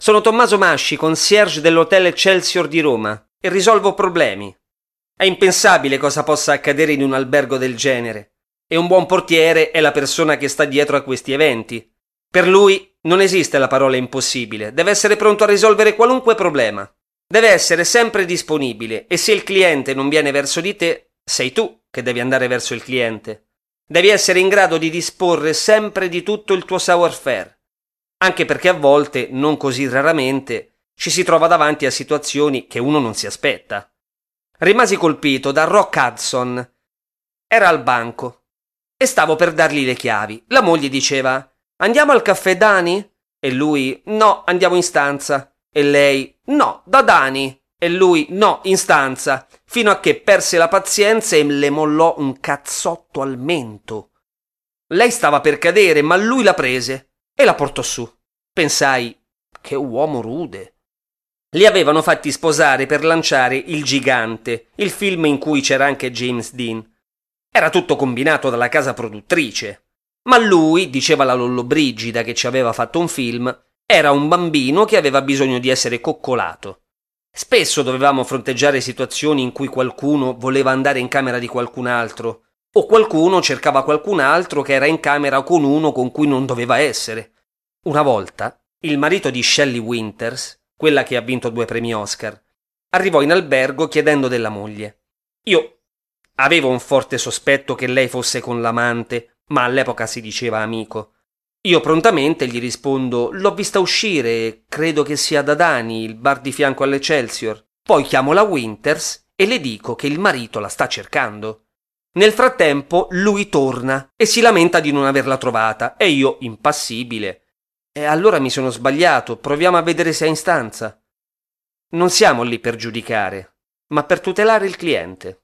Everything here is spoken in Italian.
Sono Tommaso Masci, concierge dell'Hotel Excelsior di Roma, e risolvo problemi. È impensabile cosa possa accadere in un albergo del genere, e un buon portiere è la persona che sta dietro a questi eventi. Per lui non esiste la parola impossibile, deve essere pronto a risolvere qualunque problema. Deve essere sempre disponibile, e se il cliente non viene verso di te, sei tu che devi andare verso il cliente. Devi essere in grado di disporre sempre di tutto il tuo savoir-faire, anche perché a volte, non così raramente, ci si trova davanti a situazioni che uno non si aspetta. Rimasi colpito da Rock Hudson. Era al banco e stavo per dargli le chiavi. La moglie diceva: «Andiamo al caffè Dani?» E lui: «No, andiamo in stanza». E lei: «No, da Dani». E lui: «No, in stanza», fino a che perse la pazienza e le mollò un cazzotto al mento. Lei stava per cadere, ma lui la prese e la portò su. Pensai: che uomo rude. Li avevano fatti sposare per lanciare Il Gigante, il film in cui c'era anche James Dean. Era tutto combinato dalla casa produttrice. Ma lui, diceva la Lollobrigida che ci aveva fatto un film, era un bambino che aveva bisogno di essere coccolato. Spesso dovevamo fronteggiare situazioni in cui qualcuno voleva andare in camera di qualcun altro, o qualcuno cercava qualcun altro che era in camera con uno con cui non doveva essere. Una volta, il marito di Shelley Winters, quella che ha vinto 2 premi Oscar, arrivò in albergo chiedendo della moglie. Io avevo un forte sospetto che lei fosse con l'amante, ma all'epoca si diceva amico. Io prontamente gli rispondo: «L'ho vista uscire, credo che sia da Dani, il bar di fianco all'Excelsior». Poi chiamo la Winters e le dico che il marito la sta cercando. Nel frattempo lui torna e si lamenta di non averla trovata e io, impassibile: «E allora mi sono sbagliato, proviamo a vedere se è in stanza». Non siamo lì per giudicare, ma per tutelare il cliente.